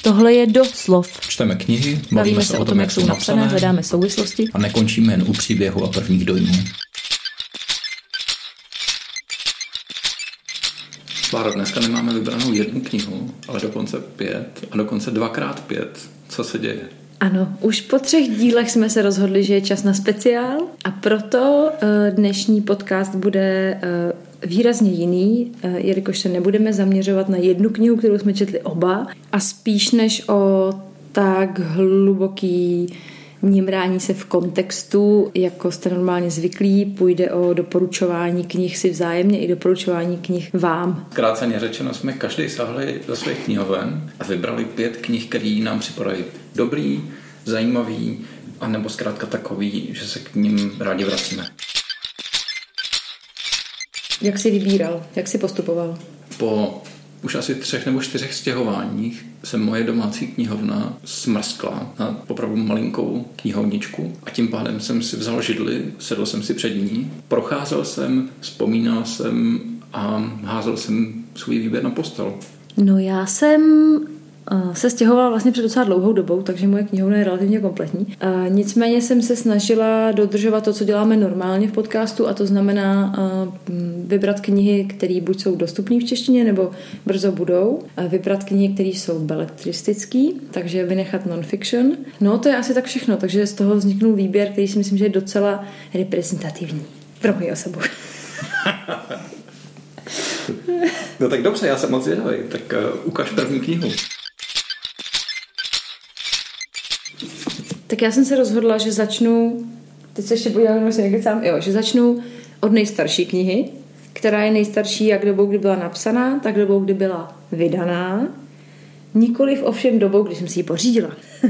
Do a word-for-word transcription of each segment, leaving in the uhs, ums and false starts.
Tohle je Do slov. Čteme knihy, bavíme, bavíme se o tom, jak jsou napsané, hledáme souvislosti a nekončíme jen u příběhu a prvních dojmů. Báro, dneska nemáme vybranou jednu knihu, ale dokonce pět a dokonce dvakrát pět. Co se děje? Ano, už po třech dílech jsme se rozhodli, že je čas na speciál a proto dnešní podcast bude výrazně jiný, jelikož se nebudeme zaměřovat na jednu knihu, kterou jsme četli oba, a spíš než o tak hluboký mrání se v kontextu, jako jste normálně zvyklí, půjde o doporučování knih si vzájemně i doporučování knih vám. Zkráceně řečeno, jsme každý sahli do svých knihoven a vybrali pět knih, které nám připadají dobrý, zajímavý, anebo zkrátka takový, že se k nim rádi vracíme. Jak jsi vybíral? Jak jsi postupoval? Po už asi třech nebo čtyřech stěhováních se moje domácí knihovna smrskla na opravdu malinkou knihovničku a tím pádem jsem si vzal židli, sedl jsem si před ní, procházel jsem, vzpomínal jsem a házel jsem svůj výběr na postel. No já jsem se stěhovala vlastně před docela dlouhou dobou, takže moje knihovna je relativně kompletní. Nicméně jsem se snažila dodržovat to, co děláme normálně v podcastu, a to znamená vybrat knihy, které buď jsou dostupné v češtině, nebo brzo budou. Vybrat knihy, které jsou beletristické, takže vynechat non-fiction. No to je asi tak všechno, takže z toho vzniknul výběr, který si myslím, že je docela reprezentativní pro moji osobu. No tak dobře, já jsem moc zvědavý, tak uh, ukaž první knihu. Tak já jsem se rozhodla, že začnu, teď se ještě podívám, jo, že začnu od nejstarší knihy, která je nejstarší jak dobou, kdy byla napsaná, tak dobou, kdy byla vydaná. Nikoliv ovšem dobou, kdy jsem si ji pořídila.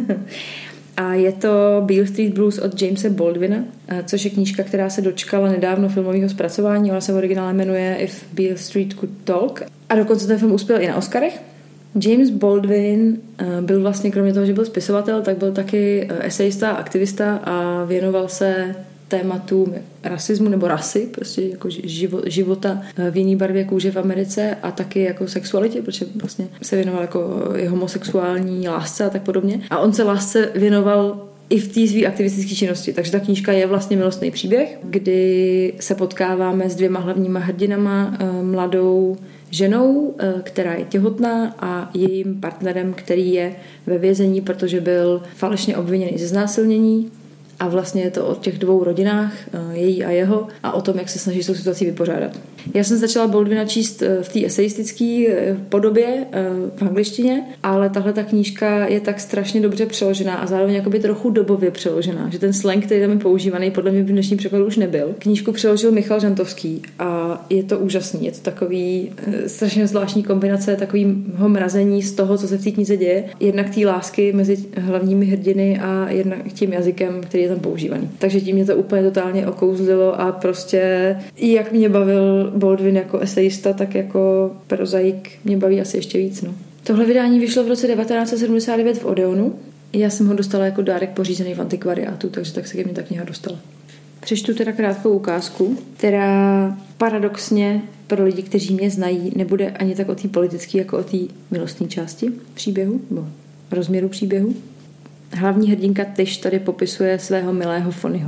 A je to Beale Street Blues od Jamese Baldwina, což je knížka, která se dočkala nedávno filmového zpracování. Ona se v originále jmenuje If Beale Street Could Talk. A dokonce ten film uspěl i na Oscarech. James Baldwin byl vlastně, kromě toho, že byl spisovatel, tak byl taky esejista, aktivista a věnoval se tématům rasismu nebo rasy, prostě jako života v jiný barvě kůže v Americe a taky jako sexualitě, protože vlastně se věnoval jako homosexuální lásce a tak podobně. A on se lásce věnoval i v té své aktivistické činnosti. Takže ta knížka je vlastně milostný příběh, kdy se potkáváme s dvěma hlavníma hrdinama, mladou ženou, která je těhotná, a jejím partnerem, který je ve vězení, protože byl falešně obviněný ze znásilnění. A vlastně je to o těch dvou rodinách, její a jeho, a o tom, jak se snaží s tou situací vypořádat. Já jsem začala Baldwina číst v té eseistické podobě v angličtině, ale tahle ta knížka je tak strašně dobře přeložená a zároveň jakoby trochu dobově přeložená, že ten slang, který tam je používaný, podle mě v dnešním překladu už nebyl. Knížku přeložil Michal Žantovský a je to úžasný. Je to takový strašně zvláštní kombinace takového mrazení z toho, co se v té knize děje. Jednak té lásky mezi hlavními hrdiny a jednak tím jazykem, který je tam používaný. Takže tím mě to úplně totálně okouzlilo a prostě jak mě bavil Baldwin jako esejista, tak jako prozaik mě baví asi ještě víc. No. Tohle vydání vyšlo v roce devatenáct set sedmdesát devět v Odeonu. Já jsem ho dostala jako dárek pořízený v antikvariátu, takže tak se ke mně ta kniha dostala. Přečtu teda krátkou ukázku, která paradoxně pro lidi, kteří mě znají, nebude ani tak o té politické, jako o té milostné části příběhu, nebo rozměru příběhu. Hlavní hrdinka Tyš tady popisuje svého milého Fonnyho.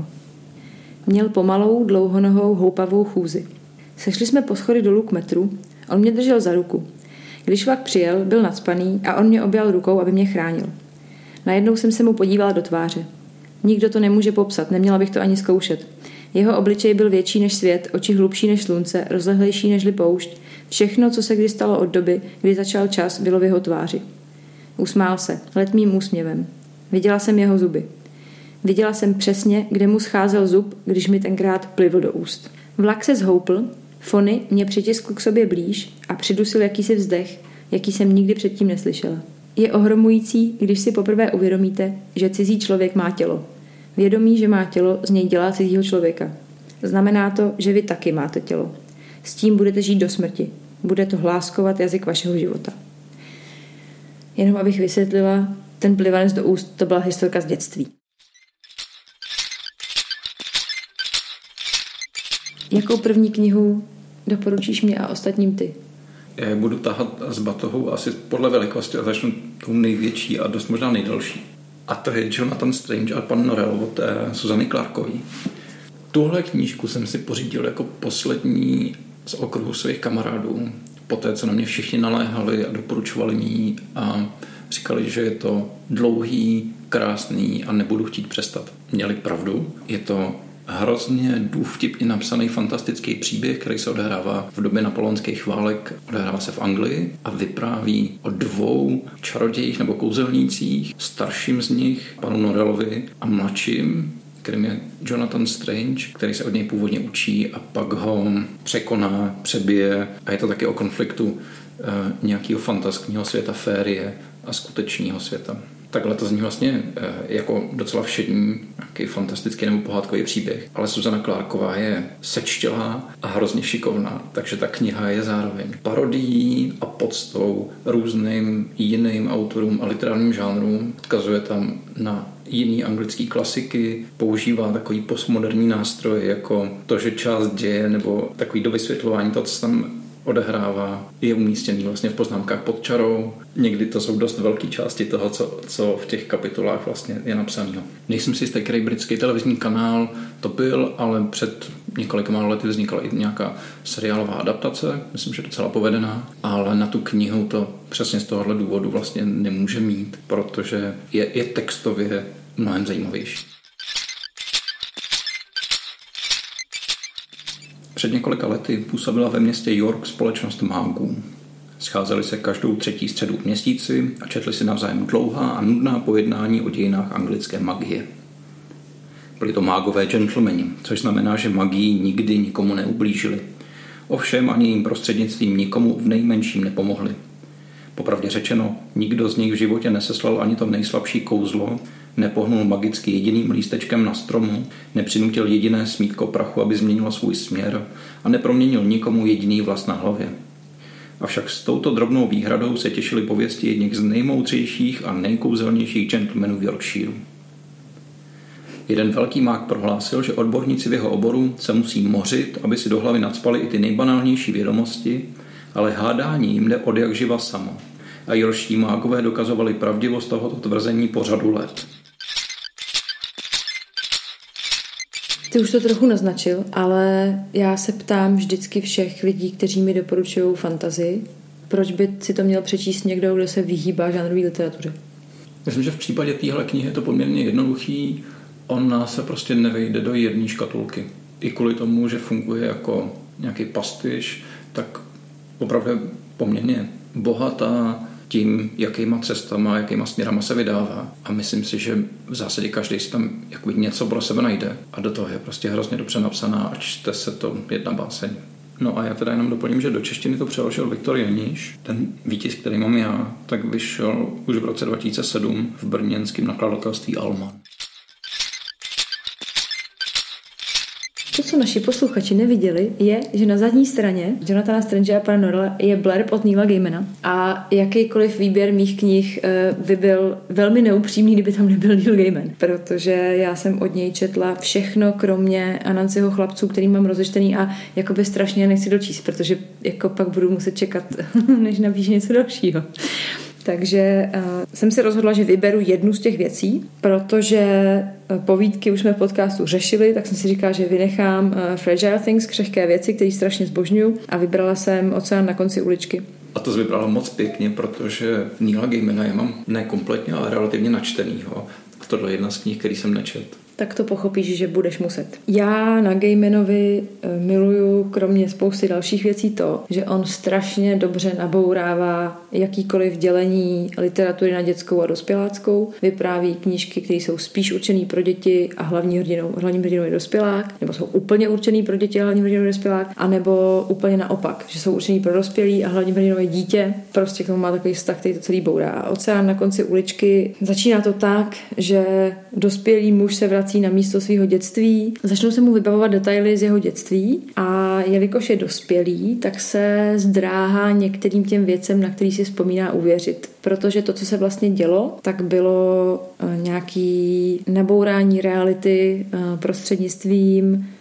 Měl pomalou, dlouhonohou, houpavou chůzi. Sešli jsme po schody dolů k metru, on mě držel za ruku. Když vlak přijel, byl nacpaný a on mě objal rukou, aby mě chránil. Najednou jsem se mu podívala do tváře. Nikdo to nemůže popsat, neměla bych to ani zkoušet. Jeho obličej byl větší než svět, oči hlubší než slunce, rozlehlejší nežli poušť. Všechno, co se kdy stalo od doby, kdy začal čas, bylo v jeho tváři. Usmál se, letmým úsměvem. Viděla jsem jeho zuby. Viděla jsem přesně, kde mu scházel zub, když mi tenkrát plivl do úst. Vlak se zhoupl, Fonny mě přitiskl k sobě blíž a přidusil jakýsi vzdech, jaký jsem nikdy předtím neslyšela. Je ohromující, když si poprvé uvědomíte, že cizí člověk má tělo. Vědomí, že má tělo, z něj dělá cizího člověka. Znamená to, že vy taky máte tělo. S tím budete žít do smrti. Bude to hláskovat jazyk vašeho života. Jenom abych vysvětlila, ten plivanec do úst, to byla historka z dětství. Jakou první knihu doporučíš mě a ostatním ty? Já je budu tahat s batohou asi podle velikosti a začnu tou největší a dost možná nejdelší. A to je Jonathan Strange a pan Norrell od Susany Clarkové. Tuhle knížku jsem si pořídil jako poslední z okruhu svých kamarádů. Poté, co na mě všichni naléhali a doporučovali mi ji a říkali, že je to dlouhý, krásný a nebudu chtít přestat. Měli pravdu. Je to hrozně důvtipně napsaný fantastický příběh, který se odehrává v době napoleonských válek, odehrává se v Anglii a vypráví o dvou čarodějích nebo kouzelnících, starším z nich, panu Norrellovi, a mladším, kterým je Jonathan Strange, který se od něj původně učí a pak ho překoná, přebije, a je to taky o konfliktu e, nějakého fantaskního světa, férie a skutečného světa. Takhle to zní vlastně e, jako docela všední, nějaký fantastický nebo pohádkový příběh, ale Susana Clarková je sečtělá a hrozně šikovná, takže ta kniha je zároveň parodií a poctou různým jiným autorům a literárním žánrům. Odkazuje tam na jiný anglický klasiky, používá takový postmoderní nástroj jako to, že část děje nebo takový do vysvětlování toho, co se tam odehrává, je umístěný vlastně v poznámkách pod čarou. Někdy to jsou dost velké části toho, co, co v těch kapitolách vlastně je napsaného. Nejsem si jistý, který britský televizní kanál to byl, ale před několika málo lety vznikla i nějaká seriálová adaptace, myslím, že docela povedená, ale na tu knihu to přesně z tohohle důvodu vlastně nemůže mít, protože je, je textově mnohem zajímavější. Před několika lety působila ve městě York společnost mágů. Scházeli se každou třetí středu v měsíci a četli si navzájem dlouhá a nudná pojednání o dějinách anglické magie. Byli to mágové gentlemani, což znamená, že magii nikdy nikomu neublížili. Ovšem ani jim prostřednictvím nikomu v nejmenším nepomohli. Popravdě řečeno, nikdo z nich v životě neseslal ani to nejslabší kouzlo, nepohnul magicky jediným lístečkem na stromu, nepřinutil jediné smítko prachu, aby změnilo svůj směr, a neproměnil nikomu jediný vlas na hlavě. Avšak s touto drobnou výhradou se těšili pověsti jedních z nejmoudřejších a nejkouzelnějších gentlemanů v Yorkshireu. Jeden velký mák prohlásil, že odborníci v jeho oboru se musí mořit, aby si do hlavy nacpali i ty nejbanálnější vědomosti, ale hádání jim jde od jak živa samo. A yorkští mágové dokazovali pravdivost tohoto tvrzení po řadu let. Ty už to trochu naznačil, ale já se ptám vždycky všech lidí, kteří mi doporučují fantazii, proč by si to měl přečíst někdo, kdo se vyhýbá žánrové literatuře. Myslím, že v případě téhle knihy je to poměrně jednoduchý. Ona se prostě nevejde do jedné škatulky. I kvůli tomu, že funguje jako nějaký pastiš, tak opravdu poměrně bohatá tím, jakýma cestama, jakýma směrama se vydává. A myslím si, že v zásadě každý si tam jakoby něco pro sebe najde. A do toho je prostě hrozně dobře napsaná a čte se to jedna báseň. No a já teda jenom doplním, že do češtiny to přeložil Viktor Janíš. Ten výtisk, který mám já, tak vyšel už v roce dva tisíce sedm v brněnském nakladatelství Alman. To, co naši posluchači neviděli, je, že na zadní straně Jonathana Strange a pana Norrella je blurb od Neila Gaimana a jakýkoliv výběr mých knih by byl velmi neupřímný, kdyby tam nebyl Neil Gaiman, protože já jsem od něj četla všechno, kromě Anansiho chlapců, který mám rozečtený a jakoby strašně nechci dočíst, protože jako pak budu muset čekat, než napíše něco dalšího. Takže uh, jsem si rozhodla, že vyberu jednu z těch věcí, protože uh, povídky už jsme v podcastu řešili, tak jsem si říkala, že vynechám uh, Fragile Things, křehké věci, které strašně zbožňuju, a vybrala jsem Oceán na konci uličky. A to jsi vybrala moc pěkně, protože Neila Gaimana já mám ne kompletně, ale relativně načtenýho. A tohle je jedna z knih, který jsem nečet. Tak to pochopíš, že budeš muset. Já na Gaimanovi miluju kromě spousty dalších věcí to, že on strašně dobře nabourává jakýkoliv dělení literatury na dětskou a dospěláckou. Vypráví knížky, které jsou spíš určený pro děti a hlavní hrdinou, hlavním hrdinou je dospělák, nebo jsou úplně určený pro děti a hlavním hrdinou je dospělák, anebo úplně naopak, že jsou určený pro dospělí a hlavním hrdinou je dítě. Prostě k tomu má takový vztah, který to celý bourá. A Oceán na konci uličky začíná to tak, že dospělý muž se vrací na místo svého dětství. Začnou se mu vybavovat detaily z jeho dětství a jelikož je dospělý, tak se zdráhá některým těm věcem, na který si vzpomíná, uvěřit. Protože to, co se vlastně dělo, tak bylo nějaký nabourání reality prostřednictvím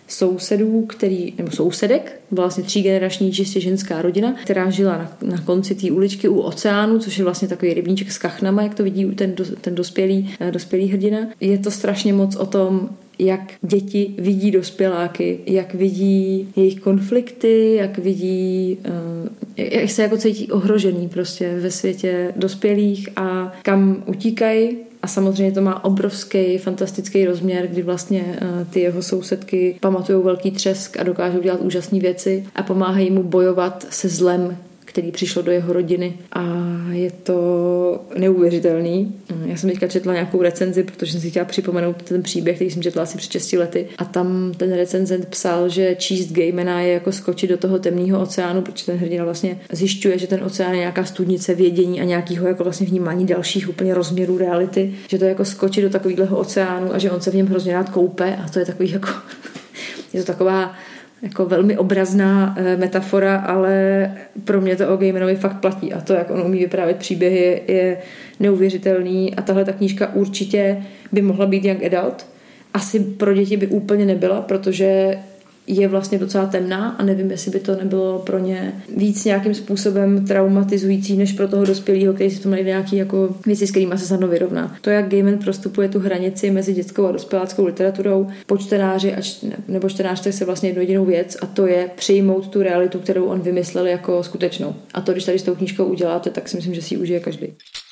sousedů, který, nebo sousedek, byla vlastně třígenerační čistě ženská rodina, která žila na, na konci té uličky u oceánu, což je vlastně takový rybníček s kachnama, jak to vidí ten, ten dospělý, dospělý hrdina. Je to strašně moc o tom, jak děti vidí dospěláky, jak vidí jejich konflikty, jak vidí, jak se jako cítí ohrožený prostě ve světě dospělých a kam utíkají. A samozřejmě to má obrovský, fantastický rozměr, kdy vlastně ty jeho sousedky pamatují velký třesk a dokážou dělat úžasné věci a pomáhají mu bojovat se zlem, který přišlo do jeho rodiny a je to neuvěřitelný. Já jsem teďka četla nějakou recenzi, protože jsem si chtěla připomenout ten příběh, který jsem četla asi před šesti lety a tam ten recenzent psal, že číst Gaimana je jako skočit do toho temného oceánu, protože ten hrdina vlastně zjišťuje, že ten oceán je nějaká studnice vědění a nějakého jako vlastně vnímání dalších úplně rozměrů reality, že to je jako skočit do takového oceánu a že on se v něm hrozně rád koupe a to je takový jako je to taková jako velmi obrazná metafora, ale pro mě to o Gaimanovi fakt platí a to, jak on umí vyprávět příběhy, je neuvěřitelný a tahle ta knížka určitě by mohla být young adult. Asi pro děti by úplně nebyla, protože je vlastně docela temná a nevím, jestli by to nebylo pro ně víc nějakým způsobem traumatizující, než pro toho dospělého, který si to najde nějaký jako věci, s kterými se snadno vyrovná. To, jak Gaiman prostupuje tu hranici mezi dětskou a dospěláckou literaturou, po čtenáři a čt, nebo čtenářce se vlastně jednu jedinou věc a to je přijmout tu realitu, kterou on vymyslel jako skutečnou. A to, když tady s tou knížkou uděláte, tak si myslím, že si ji užije každý.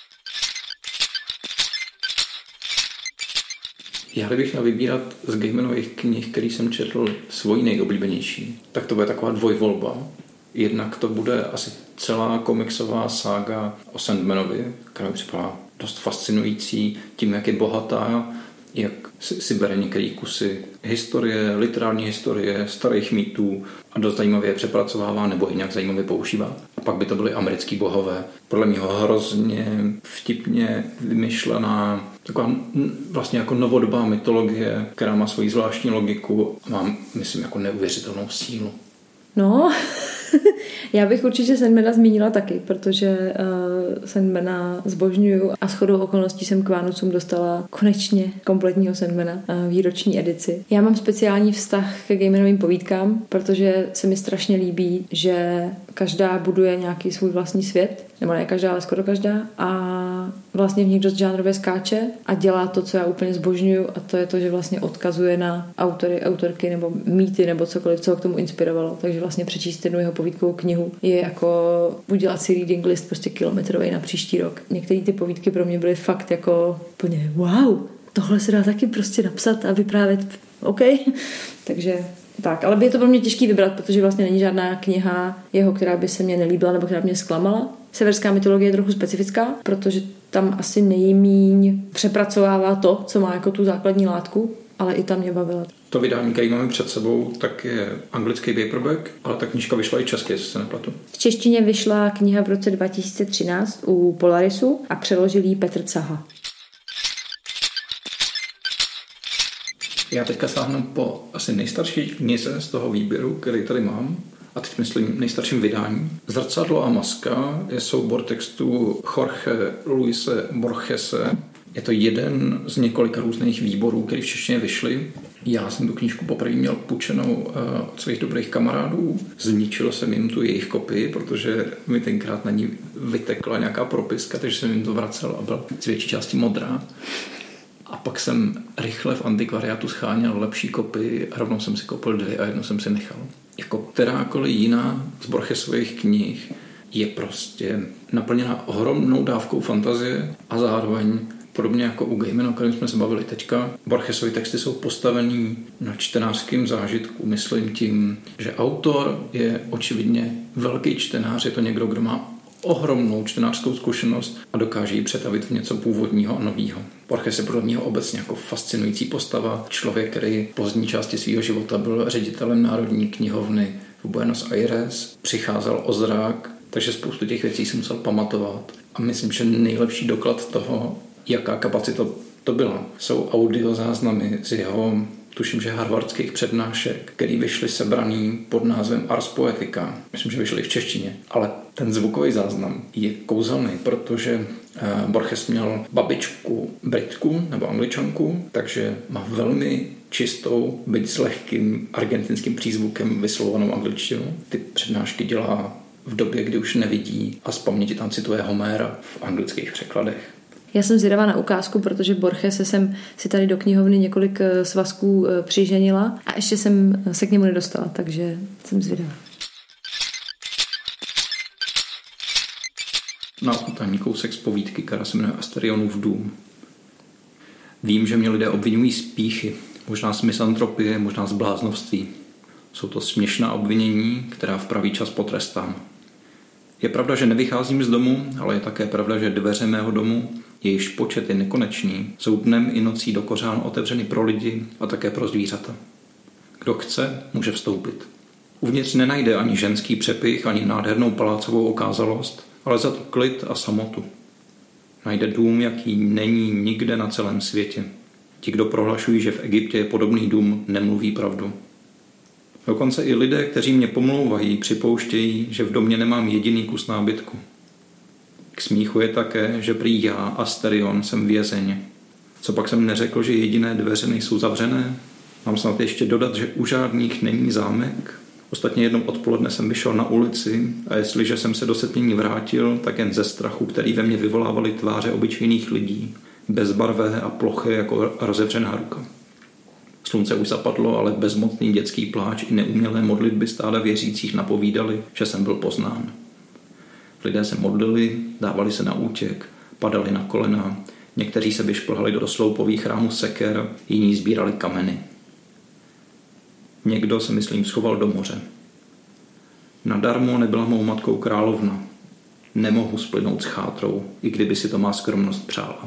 Já kdybych měl vybírat z Gaimanových knih, který jsem četl, svoji nejoblíbenější, tak to bude taková dvojvolba. Jednak to bude asi celá komiksová sága o Sandmanovi, která mi připadá dost fascinující tím, jak je bohatá, jak si bere některé kusy historie, literární historie, starých mýtů a dost zajímavě je přepracovává nebo i nějak zajímavě používá. A pak by to byly americký bohové. Podle mě hrozně vtipně vymyšlená taková vlastně jako novodobá mytologie, která má svoji zvláštní logiku a má, myslím, jako neuvěřitelnou sílu. No, já bych určitě Sandmana zmínila taky, protože uh, Sandmana zbožňuju a shodou okolností jsem k Vánocům dostala konečně kompletního Sandmana, uh, výroční edici. Já mám speciální vztah ke Gaimanovým povídkám, protože se mi strašně líbí, že každá buduje nějaký svůj vlastní svět, nebo ne každá, ale skoro každá a vlastně v nich dost žánrově skáče a dělá to, co já úplně zbožňuju a to je to, že vlastně odkazuje na autory, autorky nebo mýty nebo cokoliv, co ho k tomu inspirovalo. Takže vlastně přečíst jednu jeho povídkovou knihu je jako udělat si reading list prostě kilometrový na příští rok. Některé ty povídky pro mě byly fakt jako úplně wow, tohle se dá taky prostě napsat a vyprávět, OK. Takže tak, ale by je to pro mě těžký vybrat, protože vlastně není žádná kniha jeho, která by se mě nelíbila nebo která by mě zklamala. Severská mytologie je trochu specifická, protože tam asi nejmíň přepracovává to, co má jako tu základní látku, ale i tam mě bavila. To vydání, který máme před sebou, tak je anglický paperback, ale ta knížka vyšla i česky, jestli se nepletu. V češtině vyšla kniha v roce dva tisíce třináct u Polarisu a přeložil ji Petr Caha. Já teďka sáhnu po asi nejstarší knize z toho výběru, který tady mám, a teď myslím nejstarším vydání. Zrcadlo a maska je soubor textů Jorge Luise Borgese. Je to jeden z několika různých výborů, které v češtině vyšly. Já jsem tu knížku poprvé měl půjčenou od svých dobrých kamarádů. Zničil jsem jim tu jejich kopii, protože mi tenkrát na ní vytekla nějaká propiska, takže jsem jim to vracel a byl z větší části modrá. A pak jsem rychle v antikvariátu scháněl lepší kopii a rovnou jsem si koupil dvě a jednu jsem si nechal. Jako kterákoliv jiná z Borgesových knih je prostě naplněná ohromnou dávkou fantazie a zároveň podobně jako u Gaimana, o kterém jsme se bavili teďka, Borgesovy texty jsou postavený na čtenářském zážitku. Myslím tím, že autor je očividně velký čtenář, je to někdo, kdo má ohromnou čtenářskou zkušenost a dokáže ji přetavit v něco původního a nového. Borges je podle mě obecně jako fascinující postava. Člověk, který v pozdní části svého života byl ředitelem Národní knihovny v Buenos Aires, přicházel o zrak, takže spoustu těch věcí si musel pamatovat. A myslím, že nejlepší doklad toho, jaká kapacita to byla, jsou audiozáznamy z jeho, tuším, že harvardských přednášek, který vyšly sebraný pod názvem Ars Poetica. Myslím, že vyšly v češtině. Ale ten zvukový záznam je kouzelný, protože Borges měl babičku Britku nebo Angličanku, takže má velmi čistou, byť s lehkým argentinským přízvukem vyslovovanou angličtinu. Ty přednášky dělá v době, kdy už nevidí a z paměti tam cituje Homéra v anglických překladech. Já jsem zvědavá na ukázku, protože Borgese jsem si tady do knihovny několik svazků přiženila a ještě jsem se k němu nedostala, takže jsem zvědavá. Náputaný kousek z povídky, která se jmenuje Asterionův dům. Vím, že mě lidé obvinují z pýchy, možná z misantropie, možná z bláznovství. Jsou to směšná obvinění, která v pravý čas potrestám. Je pravda, že nevycházím z domu, ale je také pravda, že dveře mého domu, jejichž počet je nekonečný, jsou dnem i nocí do kořán otevřeny pro lidi a také pro zvířata. Kdo chce, může vstoupit. Uvnitř nenajde ani ženský přepych, ani nádhernou palácovou okázalost, ale za to klid a samotu. Najde dům, jaký není nikde na celém světě. Ti, kdo prohlašují, že v Egyptě je podobný dům, nemluví pravdu. Dokonce i lidé, kteří mě pomlouvají, připouštějí, že v domě nemám jediný kus nábytku. K smíchu je také, že prý já, Asterion, jsem vězeň. Co pak jsem neřekl, že jediné dveře nejsou zavřené? Mám snad ještě dodat, že u žádných není zámek? Ostatně jednou odpoledne jsem vyšel na ulici a jestliže jsem se do setmění vrátil, tak jen ze strachu, který ve mně vyvolávaly tváře obyčejných lidí, bezbarvé a ploché jako rozevřená ruka. Slunce už zapadlo, ale bezmocný dětský pláč i neumělé modlitby stále věřících napovídali, že jsem byl poznán. Lidé se modlili, dávali se na útěk, padali na kolena, někteří se vyšplhali do sloupových chrámů seker, jiní sbírali kameny. Někdo se, myslím, schoval do moře. Nadarmo nebyla mou matkou královna. Nemohu splynout s chátrou, i kdyby si to má skromnost přála.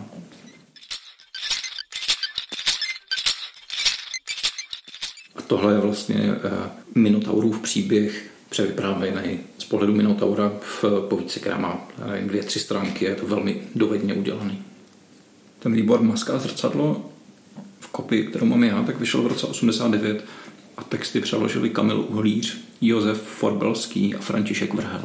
A tohle je vlastně Minotaurův příběh, převyprávěný z pohledu Minotaura v povídce, která má dvě, tři stránky, je to velmi dovedně udělaný. Ten výbor Maska a zrcadlo v kopii, kterou mám já, tak vyšel v roce osmdesát devět a texty přeložili Kamil Uhlíř, Josef Forbelský a František Vrhel.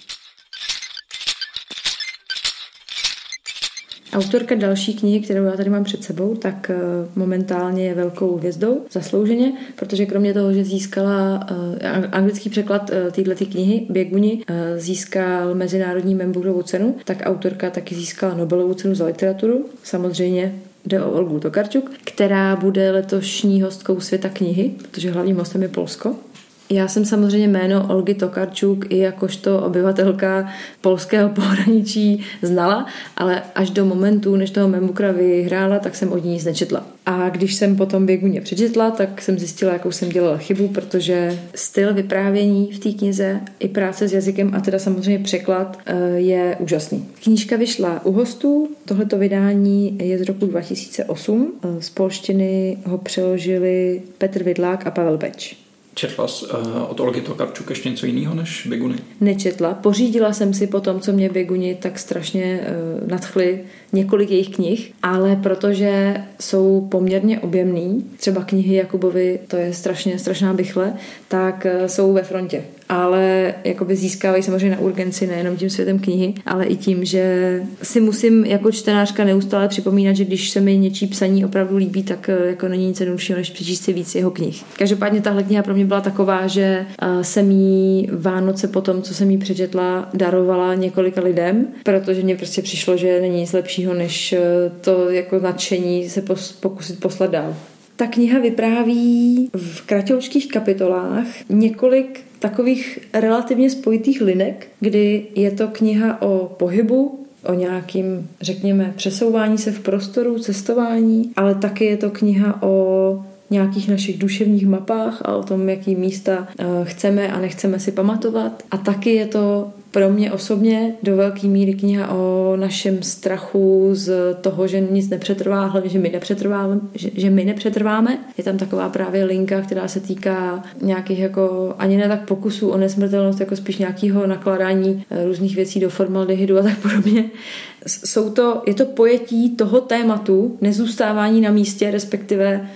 Autorka další knihy, kterou já tady mám před sebou, tak momentálně je velkou hvězdou, zaslouženě, protože kromě toho, že získala anglický překlad této knihy, Běguni, získal Mezinárodní Membourovou cenu, tak autorka taky získala Nobelovu cenu za literaturu. Samozřejmě jde o Olgu Tokarczuk, která bude letošní hostkou Světa knihy, protože hlavním hostem je Polsko. Já jsem samozřejmě jméno Olgy Tokarczuk i jakožto obyvatelka polského pohraničí znala, ale až do momentu, než toho Membukra vyhrála, tak jsem od ní nic nečetla. A když jsem potom Běguně přečetla, tak jsem zjistila, jakou jsem dělala chybu, protože styl vyprávění v té knize i práce s jazykem a teda samozřejmě překlad je úžasný. Knížka vyšla u hostů, tohleto vydání je z roku dva tisíce osm, z polštiny ho přeložili Petr Vidlák a Pavel Beč. Četla jsi uh, od Olgy Tokarczuk ještě něco jiného než Běguny? Nečetla. Pořídila jsem si po tom, co mě Běguni tak strašně uh, nadchly, několik jejich knih, ale protože jsou poměrně objemný, třeba knihy Jakubovy, to je strašně strašná bychle, tak uh, jsou ve frontě. Ale jakoby získávají samozřejmě na urgenci nejenom tím světem knihy, ale i tím, že si musím jako čtenářka neustále připomínat, že když se mi něčí psaní opravdu líbí, tak uh, jako není nic jednoduššího, než přečíst si víc jeho knih. Každopádně tahle kniha pro mě byla taková, že uh, jsem jí Vánoce po tom, co jsem jí přečetla, darovala několika lidem, protože mně prostě přišlo, že není nic lepšího, než to jako nadšení se pos, pokusit poslat dál. Ta kniha vypráví v kratoučkých kapitolách několik takových relativně spojitých linek, kdy je to kniha o pohybu, o nějakým, řekněme, přesouvání se v prostoru, cestování, ale taky je to kniha o nějakých našich duševních mapách a o tom, jaký místa chceme a nechceme si pamatovat. A taky je to pro mě osobně do velké míry kniha o našem strachu z toho, že nic nepřetrvá, hlavně, že my nepřetrváme, že, že my nepřetrváme. Je tam taková právě linka, která se týká nějakých jako ani ne tak pokusů o nesmrtelnost, jako spíš nějakého nakládání různých věcí do formaldehydu a tak podobně. Jsou to, je to pojetí toho tématu, nezůstávání na místě, respektive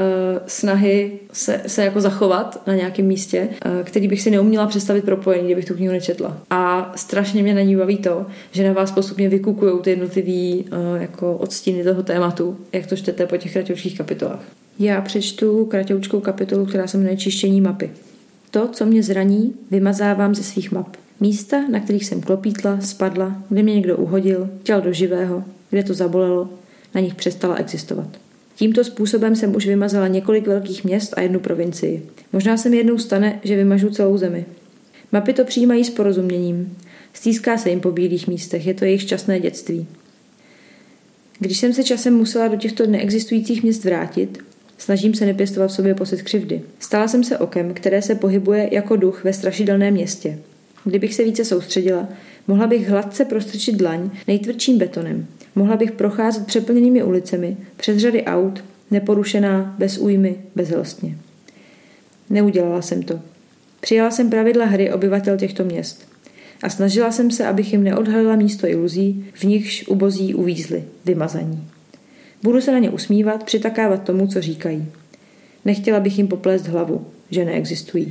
snahy se, se jako zachovat na nějakém místě, který bych si neuměla představit propojený, kdybych tu knihu nečetla. A strašně mě na ní baví to, že na vás postupně vykukujou ty jednotlivý jako odstíny toho tématu, jak to čtete po těch kratoučkých kapitolách. Já přečtu kratoučkou kapitolu, která se jmenuje Čištění mapy. To, co mě zraní, vymazávám ze svých map. Místa, na kterých jsem klopítla, spadla, kde mě někdo uhodil, chtěl do živého, kde to zabolelo, na nich přestala existovat. Tímto způsobem jsem už vymazala několik velkých měst a jednu provincii. Možná se mi jednou stane, že vymažu celou zemi. Mapy to přijímají s porozuměním. Stýská se jim po bílých místech, je to jejich šťastné dětství. Když jsem se časem musela do těchto neexistujících měst vrátit, snažím se nepěstovat v sobě pocit křivdy. Stala jsem se okem, které se pohybuje jako duch ve strašidelném městě. Kdybych se více soustředila, mohla bych hladce prostrčit dlaň nejtvrdším betonem. Mohla bych procházet přeplněnými ulicemi, přes řady aut, neporušená, bez újmy, bezhelstně. Neudělala jsem to. Přijala jsem pravidla hry obyvatel těchto měst a snažila jsem se, abych jim neodhalila místo iluzí, v nichž ubozí uvízli, vymazaní. Budu se na ně usmívat, přitakávat tomu, co říkají. Nechtěla bych jim poplést hlavu, že neexistují.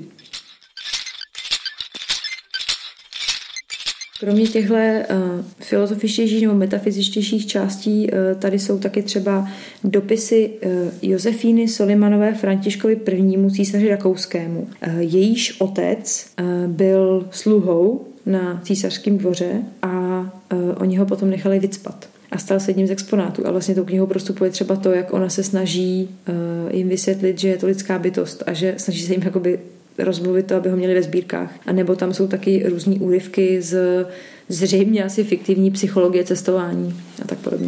Kromě těchto uh, filozofičtějších nebo metafyzičtějších částí uh, tady jsou taky třeba dopisy uh, Josefíny Solimanové Františkovi prvnímu císaři rakouskému. Uh, jejíž otec uh, byl sluhou na císařském dvoře a uh, oni ho potom nechali vycpat. A stal se jedním z exponátů. A vlastně tou knihou prostupuje třeba to, jak ona se snaží uh, jim vysvětlit, že je to lidská bytost a že snaží se jim jakoby rozmluvit to, aby ho měli ve sbírkách. A nebo tam jsou taky různý úryvky z zřejmě asi fiktivní psychologie cestování a tak podobně.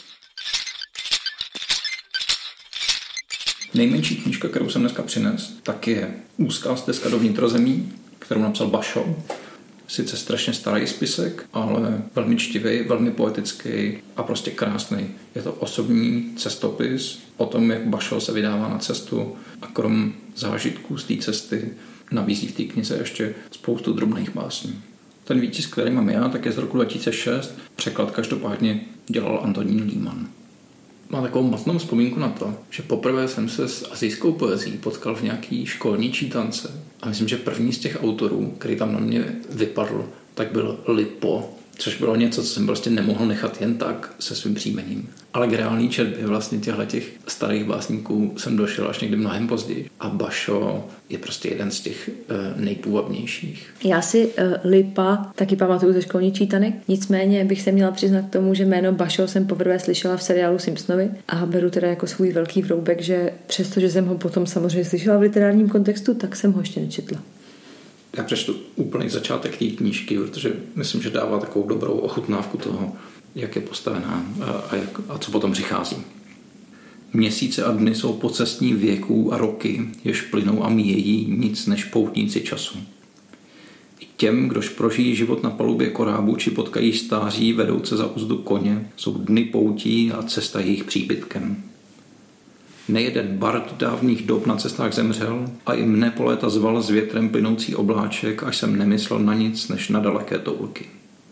Nejmenší knížka, kterou jsem dneska přines, tak je Úzká stezka do vnitrozemí, kterou napsal Basho. Sice strašně starý spisek, ale velmi čtivý, velmi poetický a prostě krásný. Je to osobní cestopis o tom, jak Basho se vydává na cestu a krom zážitků z té cesty nabízí v té knize ještě spoustu drobných básní. Ten výtisk, který mám já, tak je z roku dva tisíce šest. Překlad každopádně dělal Antonín Líman. Mám takovou matnou vzpomínku na to, že poprvé jsem se s asijskou poezí potkal v nějaký školní čítance. A myslím, že první z těch autorů, který tam na mě vypadl, tak byl Lipo, což bylo něco, co jsem prostě nemohl nechat jen tak se svým příjmením. Ale k reální četbě vlastně těch starých básníků jsem došel až někdy mnohem později. A Basho je prostě jeden z těch e, nejpůvabnějších. Já si e, Lipa taky pamatuju ze školních čítanek, nicméně bych se měla přiznat k tomu, že jméno Basho jsem poprvé slyšela v seriálu Simpsonovi a beru teda jako svůj velký vroubek, že přestože jsem ho potom samozřejmě slyšela v literárním kontextu, tak jsem ho ještě nečetla. Já přečtu úplný začátek té knížky, protože myslím, že dává takovou dobrou ochutnávku toho, jak je postavená a, a, jak, a co potom přichází. Měsíce a dny jsou pocestní věků a roky, jež plynou a míjejí nic než poutníci času. I těm, kdož prožijí život na palubě korábu či potkají stáří vedouce za uzdu koně, jsou dny poutí a cesta jejich příbytkem. Nejeden bard dávných dob na cestách zemřel a i mne po léta zval s větrem plynoucí obláček, až jsem nemyslel na nic než na daleké toulky.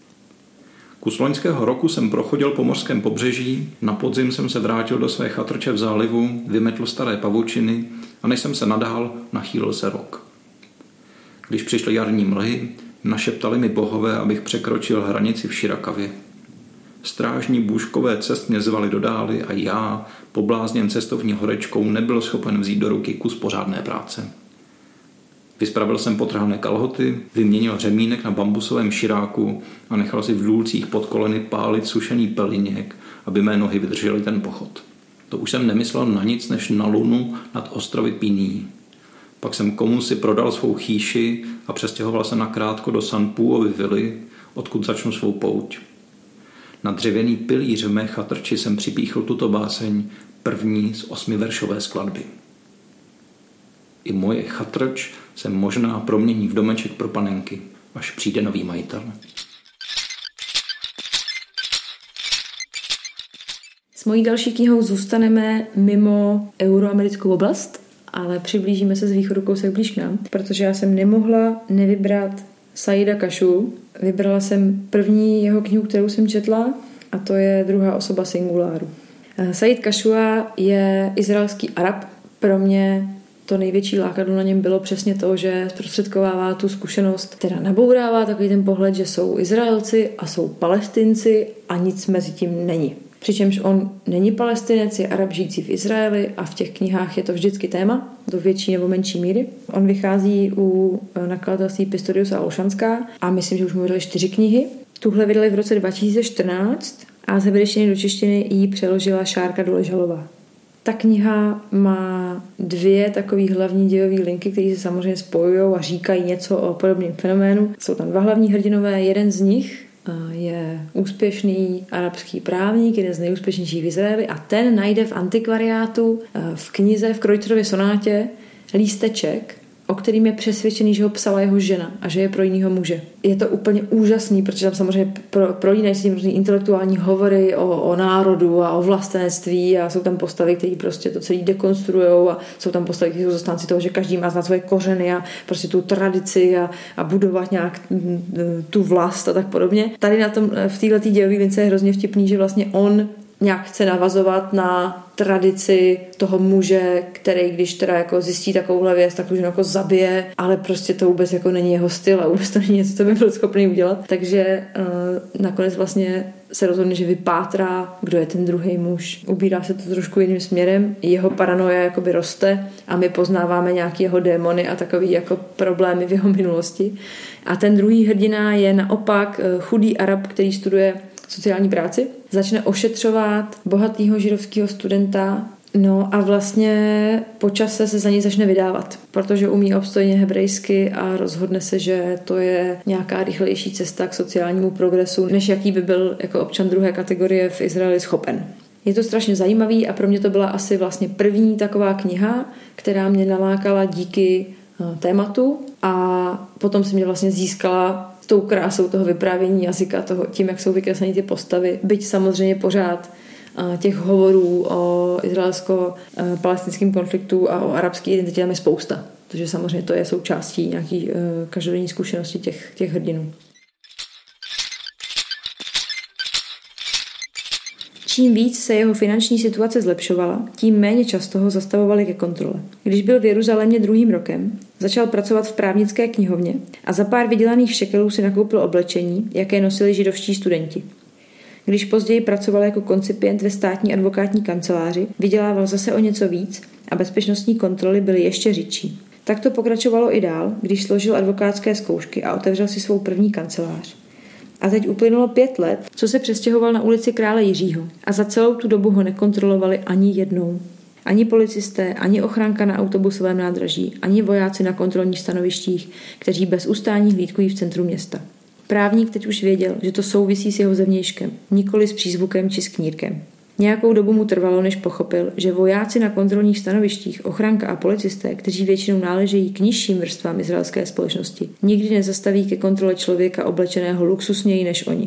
Kus loňského roku jsem prochodil po mořském pobřeží, na podzim jsem se vrátil do své chatrče v zálivu, vymetl staré pavučiny a než jsem se nadál, nachýlil se rok. Když přišly jarní mlhy, našeptali mi bohové, abych překročil hranici v Širakavě. Strážní bůžkové cest mě zvali do dály a já, poblázněn cestovní horečkou, nebyl schopen vzít do ruky kus pořádné práce. Vyspravil jsem potrhané kalhoty, vyměnil řemínek na bambusovém širáku a nechal si v důlcích pod koleny pálit sušený peliněk, aby mé nohy vydržely ten pochod. To už jsem nemyslel na nic než na lunu nad ostrovy Píní. Pak jsem komusi prodal svou chýši a přestěhoval se nakrátko do San Púovy vily, odkud začnu svou pouť. Na dřevěný pilíř v mé chatrči jsem připíchl tuto báseň, první z osmiveršové skladby. I moje chatrč se možná promění v domeček pro panenky, až přijde nový majitel. S mojí další knihou zůstaneme mimo euroamerickou oblast, ale přiblížíme se z východu kousek blíž k nám, protože já jsem nemohla nevybrat Saida Kashu. Vybrala jsem první jeho knihu, kterou jsem četla, a to je Druhá osoba singuláru. Said Kashua je izraelský Arab. Pro mě to největší lákadlo na něm bylo přesně to, že zprostředkovává tu zkušenost, která nabourává takový ten pohled, že jsou Izraelci a jsou Palestinci a nic mezi tím není. Přičemž on není Palestinec, je Arab žijící v Izraeli a v těch knihách je to vždycky téma, do větší nebo menší míry. On vychází u nakladatelství Pistorius a Olšanská a myslím, že už mu vydali čtyři knihy. Tuhle vydali v roce dva tisíce čtrnáct a z hebrejštiny do češtiny ji přeložila Šárka Doležalová. Ta kniha má dvě takové hlavní dějové linky, které se samozřejmě spojují a říkají něco o podobném fenoménu. Jsou tam dva hlavní hrdinové, jeden z nich je úspěšný arabský právník, jeden z nejúspěšnějších v Izraeli a ten najde v antikvariátu v knize v Kreuzerově sonátě lísteček, o kterým je přesvědčený, že ho psala jeho žena a že je pro jinýho muže. Je to úplně úžasný, protože tam samozřejmě pro, prolínají se tím různý intelektuální hovory o, o národu a o vlastenectví a jsou tam postavy, které prostě to celý dekonstruujou a jsou tam postavy, které jsou zastánci toho, že každý má znát svoje kořeny a prostě tu tradici a, a budovat nějak tu vlast a tak podobně. Tady na tom, v této dějové lince je hrozně vtipný, že vlastně on nějak chce navazovat na tradici toho muže, který když teda jako zjistí takovouhle věc, tak už jako zabije, ale prostě to vůbec jako není jeho styl a vůbec to není něco, co by byl schopný udělat. Takže uh, nakonec vlastně se rozhodne, že vypátrá, kdo je ten druhý muž. Ubírá se to trošku jiným směrem, jeho paranoia jakoby roste a my poznáváme nějaký jeho démony a takový jako problémy v jeho minulosti. A ten druhý hrdina je naopak chudý Arab, který studuje sociální práci, začne ošetřovat bohatýho židovského studenta, no a vlastně po čase se za něj začne vydávat, protože umí obstojně hebrejsky a rozhodne se, že to je nějaká rychlejší cesta k sociálnímu progresu, než jaký by byl jako občan druhé kategorie v Izraeli schopen. Je to strašně zajímavý a pro mě to byla asi vlastně první taková kniha, která mě nalákala díky tématu a potom si mě vlastně získala s tou krásou toho vyprávění jazyka, toho, tím, jak jsou vykresleny ty postavy. Byť samozřejmě pořád těch hovorů o izraelsko-palestinském konfliktu a o arabské identitě tam je spousta. Takže samozřejmě to je součástí nějaký každodenní zkušenosti těch, těch hrdinů. Čím víc se jeho finanční situace zlepšovala, tím méně často ho zastavovali ke kontrole. Když byl v Jeruzalémě druhým rokem, začal pracovat v právnické knihovně a za pár vydělaných šekelů si nakoupil oblečení, jaké nosili židovští studenti. Když později pracoval jako koncipient ve státní advokátní kanceláři, vydělával zase o něco víc a bezpečnostní kontroly byly ještě řidší. Tak to pokračovalo i dál, když složil advokátské zkoušky a otevřel si svou první kancelář. A teď uplynulo pět let, co se přestěhoval na ulici Krále Jiřího a za celou tu dobu ho nekontrolovali ani jednou. Ani policisté, ani ochranka na autobusovém nádraží, ani vojáci na kontrolních stanovištích, kteří bez ustání hlídkují v centru města. Právník teď už věděl, že to souvisí s jeho zevnějškem, nikoli s přízvukem či s knírkem. Nějakou dobu mu trvalo, než pochopil, že vojáci na kontrolních stanovištích, ochranka a policisté, kteří většinou náležejí k nižším vrstvám izraelské společnosti, nikdy nezastaví ke kontrole člověka oblečeného luxusněji než oni.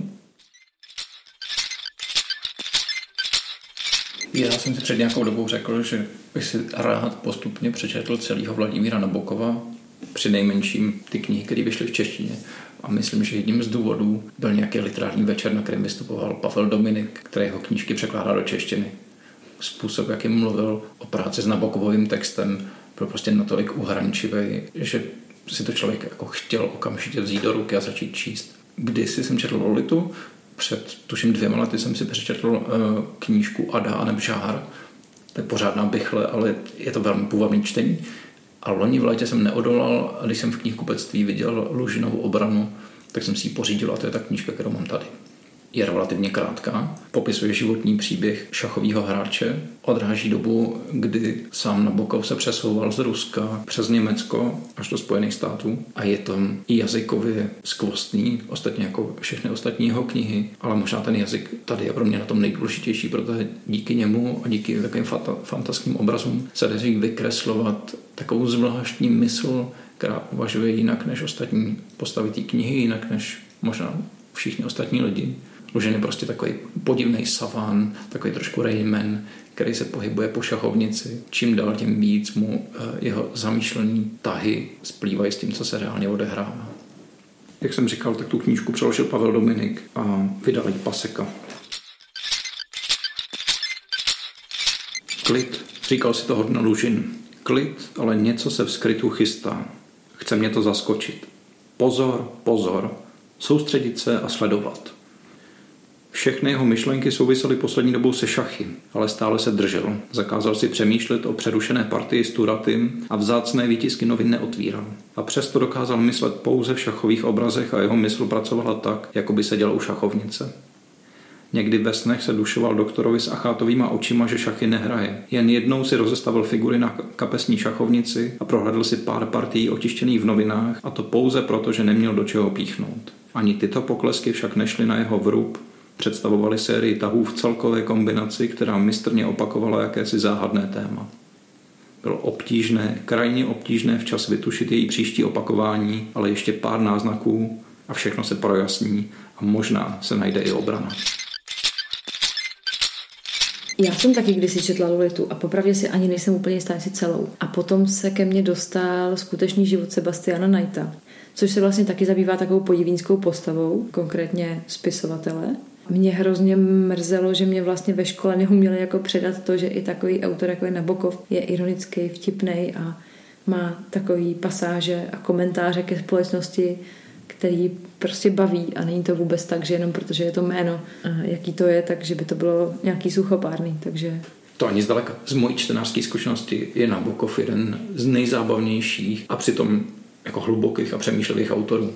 Já jsem si před nějakou dobou řekl, že bych si rád postupně přečetl celého Vladimíra Nabokova, přinejmenším ty knihy, které vyšly v češtině. A myslím, že jedním z důvodů byl nějaký literární večer, na kterém vystupoval Pavel Dominik, který jeho knížky překládá do češtiny. Způsob, jakým mluvil o práci s Nabokovovým textem, byl prostě natolik uhrančivý, že si to člověk jako chtěl okamžitě vzít do ruky a začít číst. Kdysi jsem četl Lolitu, před tuším dvěma lety jsem si přečetl uh, knížku Ada a Nebžár. To je pořádná bychle, ale je to velmi půvabný čtení. A loni v létě jsem neodolal a když jsem v knihkupectví viděl Lužinovu obranu, tak jsem si ji pořídil a to je ta knížka, kterou mám tady. Je relativně krátká, popisuje životní příběh šachového hráče, odráží dobu, kdy sám Nabokov se přesouval z Ruska přes Německo až do Spojených států a je tam i jazykově skvostný, ostatně jako všechny ostatní jeho knihy, ale možná ten jazyk tady je pro mě na tom nejdůležitější, protože díky němu a díky takovým fanta- fantastickým obrazům se daří vykreslovat takovou zvláštní mysl, která uvažuje jinak než ostatní postavy té knihy, jinak než možná všichni ostatní lidi. Lužin je prostě takový podivný saván, takový trošku Rain Man, který se pohybuje po šachovnici. Čím dál tím víc mu jeho zamýšlený tahy splývají s tím, co se reálně odehrává. Jak jsem říkal, tak tu knížku přeložil Pavel Dominik a vydal ji Paseka. Klid, říkal si to hodně Lužin. Klid, ale něco se v skrytu chystá. Chce mě to zaskočit. Pozor, pozor, soustředit se a sledovat. Všechny jeho myšlenky souvisely poslední dobou se šachy, ale stále se držel. Zakázal si přemýšlet o přerušené partii s Turatym a vzácné výtisky novin neotvíral. A přesto dokázal myslet pouze v šachových obrazech a jeho mysl pracovala tak, jako by seděl u šachovnice. Někdy ve snech se dušoval doktorovi s achátovýma očima, že šachy nehraje. Jen jednou si rozestavil figury na kapesní šachovnici a prohlédl si pár partií otištěných v novinách, a to pouze proto, že neměl do čeho píchnout. Ani tyto poklesky však nešly na jeho vrub, představovaly sérii tahů v celkové kombinaci, která mistrně opakovala jakési záhadné téma. Bylo obtížné, krajně obtížné včas vytušit její příští opakování, ale ještě pár náznaků a všechno se projasní a možná se najde i obrana. Já jsem taky kdysi četla Lolitu a popravdě si ani nejsem úplně jistá, jestli celou. A potom se ke mně dostal skutečný život Sebastiana Knighta, což se vlastně taky zabývá takovou podivínskou postavou, konkrétně spisovatele. Mě hrozně mrzelo, že mě vlastně ve škole neuměli jako předat to, že i takový autor, jako je Nabokov, je ironický, vtipnej a má takový pasáže a komentáře ke společnosti, který prostě baví a není to vůbec tak, že jenom protože je to jméno, jaký to je, takže by to bylo nějaký suchopárný, takže... To ani zdaleka. Z mojí čtenářské zkušenosti je Nabokov jeden z nejzábavnějších a přitom jako hlubokých a přemýšlivých autorů.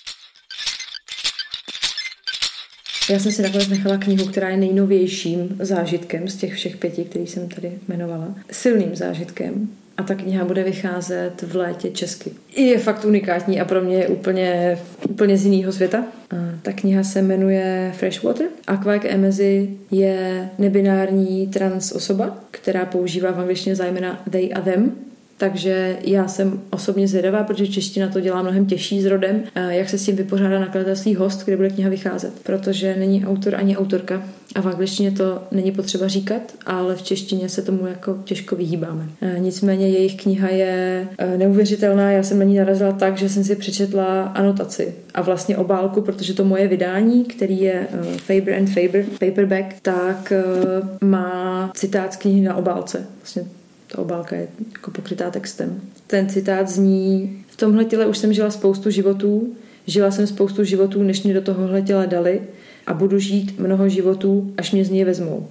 Já jsem si nakonec nechala knihu, která je nejnovějším zážitkem z těch všech pěti, který jsem tady jmenovala. Silným zážitkem. A ta kniha bude vycházet v létě česky. Je fakt unikátní a pro mě je úplně, úplně z jiného světa. A ta kniha se jmenuje Freshwater. Aquae Emezi je nebinární trans osoba, která používá v angličtině zejména they a them. Takže já jsem osobně zvědavá, protože čeština to dělá mnohem těžší s rodem, jak se s tím vypořádá nakladatelství Host, kde bude kniha vycházet. Protože není autor ani autorka a v angličtině to není potřeba říkat, ale v češtině se tomu jako těžko vyhýbáme. Nicméně jejich kniha je neuvěřitelná, já jsem na ní narazila tak, že jsem si přečetla anotaci a vlastně obálku, protože to moje vydání, který je Faber and Faber paperback, tak má citát z knihy na obálce. Vlastně ta obálka je jako pokrytá textem. Ten citát zní: v tomhle těle už jsem žila spoustu životů, žila jsem spoustu životů, než mě do tohohle těla dali a budu žít mnoho životů, až mě z něj vezmou.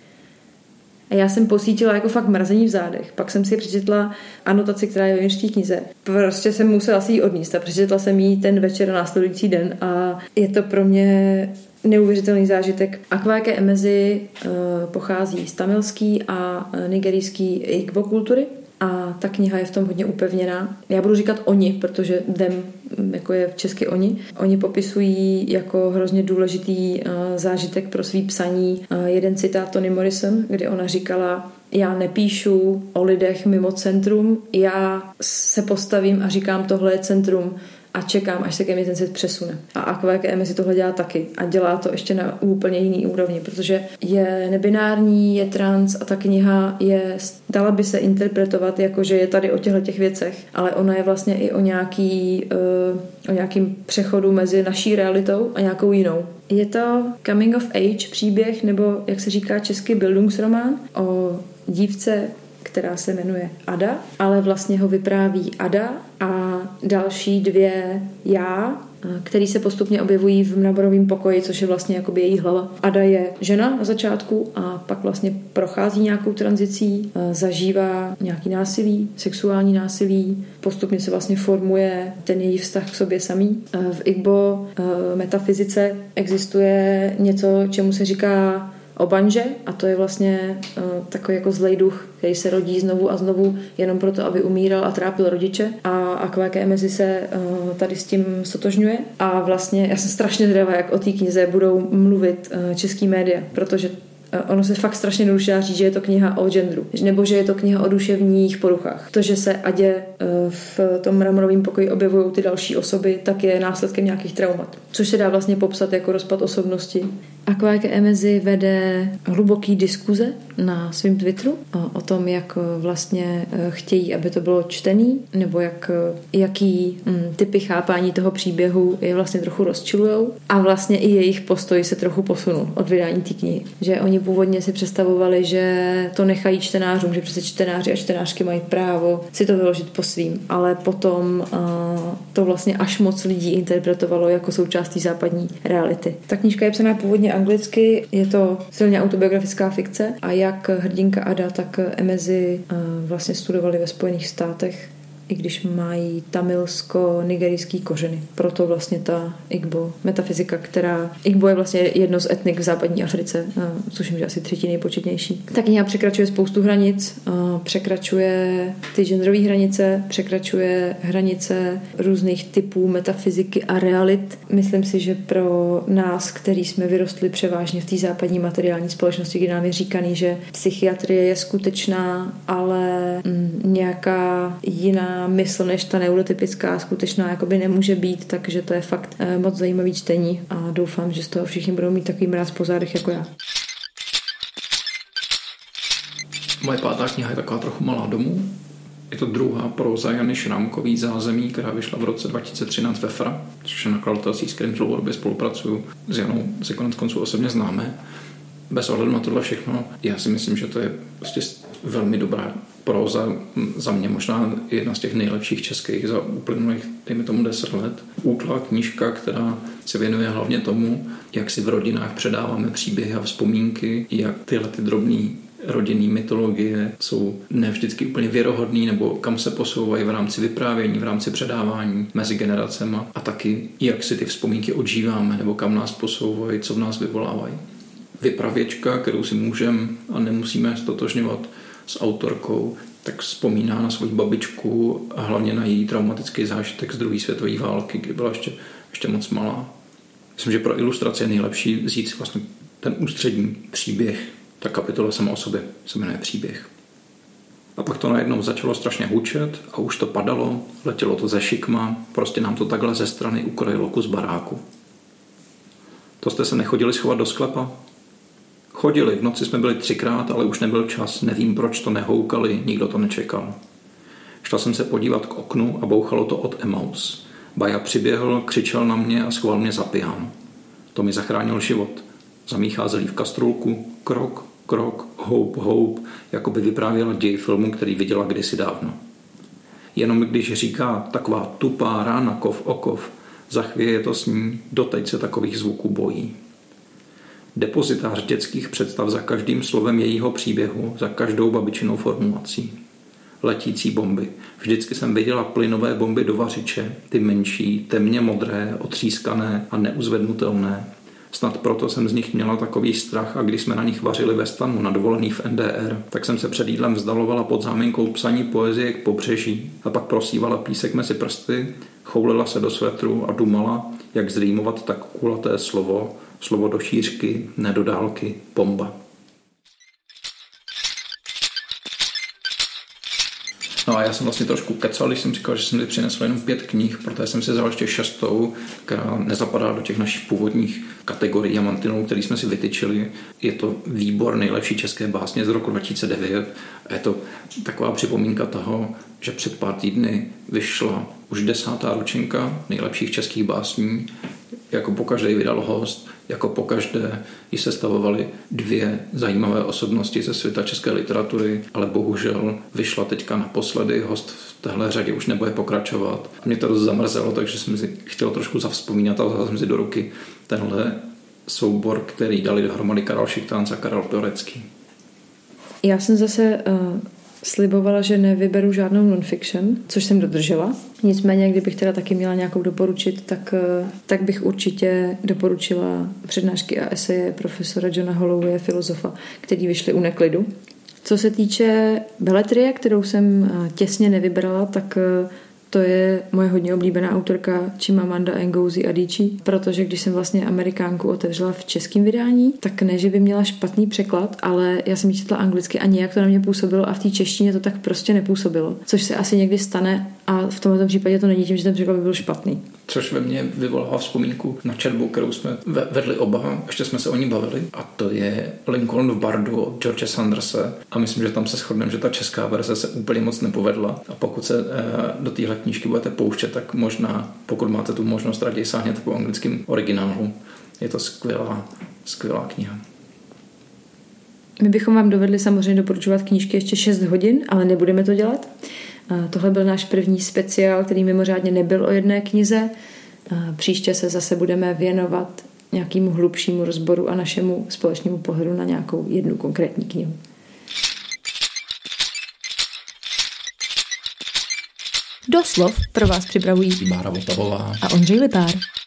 A já jsem pocítila jako fakt mrazení v zádech. Pak jsem si přečetla anotaci, která je ve věnští knize. Prostě jsem musela si ji odníst a přečetla jsem ji ten večer následující den a je to pro mě neuvěřitelný zážitek. Aquae Emezi uh, pochází z tamilský a nigerijský igbo kultury a ta kniha je v tom hodně upevněná. Já budu říkat oni, protože them jako je česky oni. Oni popisují jako hrozně důležitý uh, zážitek pro svý psaní. Uh, jeden citát Toni Morrison, kde ona říkala: já nepíšu o lidech mimo centrum, já se postavím a říkám, tohle je centrum a čekám, až se ke mně ten svět přesune. A Aquae Emezi tohle dělá taky. A dělá to ještě na úplně jiný úrovni, protože je nebinární, je trans a ta kniha je, dala by se interpretovat jako, že je tady o těchto těch věcech, ale ona je vlastně i o nějaký, uh, o nějakým přechodu mezi naší realitou a nějakou jinou. Je to coming of age příběh, nebo jak se říká česky Bildungsroman, o dívce, která se jmenuje Ada, ale vlastně ho vypráví Ada a další dvě já, který se postupně objevují v náborovém pokoji, což je vlastně jakoby její hlava. Ada je žena na začátku a pak vlastně prochází nějakou tranzicí, zažívá nějaký násilí, sexuální násilí, postupně se vlastně formuje ten její vztah k sobě samý. V igbo metafyzice existuje něco, čemu se říká obanže, a to je vlastně uh, takový jako zlej duch, který se rodí znovu a znovu jenom proto, aby umíral a trápil rodiče. A Aquae Emezi se uh, tady s tím stotožňuje. A vlastně já jsem strašně zvědavá, jak o té knize budou mluvit uh, český média, protože uh, ono se fakt strašně jednoduše dá říct, že je to kniha o genderu, nebo že je to kniha o duševních poruchách. To, že se Adě uh, v tom mramorovém pokoji objevují ty další osoby, tak je následkem nějakých traumat, což se dá vlastně popsat jako rozpad osobnosti. Aquae Emezi vede hluboký diskuze na svém Twitteru o, o tom, jak vlastně chtějí, aby to bylo čtený, nebo jak, jaký mm, typy chápání toho příběhu je vlastně trochu rozčilujou. A vlastně i jejich postoj se trochu posunul od vydání té knihy. Že oni původně si představovali, že to nechají čtenářům, že přece čtenáři a čtenářky mají právo si to vyložit po svým. Ale potom uh, to vlastně až moc lidí interpretovalo jako součástí západní reality. Ta knížka je psaná původně anglicky, je to silně autobiografická fikce a jak hrdinka Ada, tak Emezi vlastně studovali ve Spojených státech, i když mají tamilsko-nigerijský kořeny. Proto vlastně ta Igbo metafyzika, která... Igbo je vlastně jedno z etnik v západní Africe, což je asi třetí nejpočetnější. Ta kniha překračuje spoustu hranic, překračuje ty genderové hranice, překračuje hranice různých typů metafyziky a realit. Myslím si, že pro nás, který jsme vyrostli převážně v té západní materiální společnosti, kde nám je říkaný, že psychiatrie je skutečná, ale mm, nějaká jiná mysl než ta neurotypická skutečná jakoby nemůže být, takže to je fakt eh, moc zajímavý čtení a doufám, že z toho všichni budou mít takový mráz po zádech jako já. Moje pátá kniha je taková trochu malá domů. Je to druhá próza Jany Šrámkový Zázemí, která vyšla v roce dva tisíce třináct ve F R A, což je nakladatelství, s kterým dlouhodobě spolupracuju. S Janou se konec konců osobně známe. Bez ohledu na tohle všechno, já si myslím, že to je prostě velmi dobrá próza, za mě možná jedna z těch nejlepších českých za uplynulých, dejme tomu deset let. Útlá knížka, která se věnuje hlavně tomu, jak si v rodinách předáváme příběhy a vzpomínky, jak tyhle ty drobné rodinné mytologie jsou ne vždycky úplně věrohodný, nebo kam se posouvají v rámci vyprávění, v rámci předávání mezi generacema a taky jak si ty vzpomínky odžíváme, nebo kam nás posouvají, co v nás vyvolávají. Vypravěčka, kterou si můžeme a nemusíme stotožňovat s autorkou, tak vzpomíná na svou babičku a hlavně na její traumatický zážitek z druhé světové války, kdy byla ještě, ještě moc malá. Myslím, že pro ilustraci je nejlepší vzít si vlastně ten ústřední příběh. Ta kapitola sama o sobě se jmenuje Příběh. A pak to najednou začalo strašně hučet a už to padalo, letělo to ze šikma, prostě nám to takhle ze strany ukrojilo kus baráku. To jste se nechodili schovat do sklepa? Chodili, v noci jsme byli třikrát, ale už nebyl čas, nevím, proč to nehoukali, nikdo to nečekal. Šla jsem se podívat k oknu a bouchalo to od Emaus. Baja přiběhl, křičel na mě a schoval mě za pijáno. To mi zachránil život. Zamíchá zelí v kastrůlku, krok, krok, houp, houp, jako by vyprávěla děj filmu, který viděla kdysi dávno. Jenom když říká taková tupá rána kov okov, zachvěje to s ní, doteď se takových zvuků bojí. Depozitář dětských představ za každým slovem jejího příběhu, za každou babičinou formulací. Letící bomby. Vždycky jsem viděla plynové bomby do vařiče, ty menší, temně modré, otřískané a neuzvednutelné. Snad proto jsem z nich měla takový strach a když jsme na nich vařili ve stanu na dovolený v N D R, tak jsem se před jídlem vzdalovala pod záminkou psaní poezie k pobřeží a pak prosívala písek mezi prsty, choulila se do svetru a dumala, jak zrýmovat tak kulaté slovo, slovo do šířky, ne do dálky, bomba. No a já jsem vlastně trošku kecal, když jsem říkal, že jsem si přinesl jenom pět knih, protože jsem si vzal ještě šestou, která nezapadá do těch našich původních kategorií a mantinů, který jsme si vytyčili. Je to výbor nejlepší české básně z roku dva tisíce devět a je to taková připomínka toho, že před pár týdny vyšla už desátá ročenka nejlepších českých básní. Jako pokaždé vydal host, jako pokaždé ji sestavovaly dvě zajímavé osobnosti ze světa české literatury, ale bohužel vyšla teďka naposledy, host v téhle řadě už nebude pokračovat. Mě to dost zamrzelo, takže jsem si chtěl trošku zavzpomínat a vzal jsem si do ruky tenhle soubor, který dali dohromady Karel Šichtánc a Karel Porecký. Já jsem zase uh, slibovala, že nevyberu žádnou non-fiction, což jsem dodržela. Nicméně, kdybych teda taky měla nějakou doporučit, tak, tak bych určitě doporučila přednášky a eseje profesora Johna Holloway, filozofa, který vyšly u Neklidu. Co se týče beletrie, kterou jsem těsně nevybrala, tak to je moje hodně oblíbená autorka Chimamanda Ngozi Adichie, protože když jsem vlastně Amerikánku otevřela v českém vydání, tak ne, že by měla špatný překlad, ale já jsem ji četla anglicky a nějak to na mě působilo a v té češtině to tak prostě nepůsobilo, což se asi někdy stane a v tomto případě to není tím, že ten překlad by byl špatný. Což ve mně vyvolává vzpomínku na četbu, kterou jsme vedli oba, ještě jsme se o ní bavili, a to je Lincoln v Bardu od George Sanderse a myslím, že tam se shodneme, že ta česká verze se úplně moc nepovedla a pokud se eh, do téhle knížky budete pouštět, tak možná, pokud máte tu možnost, raději sáhněte po anglickém originálu. Je to skvělá, skvělá kniha. My bychom vám dovedli samozřejmě doporučovat knížky ještě šest hodin, ale nebudeme to dělat. Tohle byl náš první speciál, který mimořádně nebyl o jedné knize. Příště se zase budeme věnovat nějakému hlubšímu rozboru a našemu společnému pohledu na nějakou jednu konkrétní knihu. Doslov pro vás připravují Bára Votavová a Ondřej Lipár.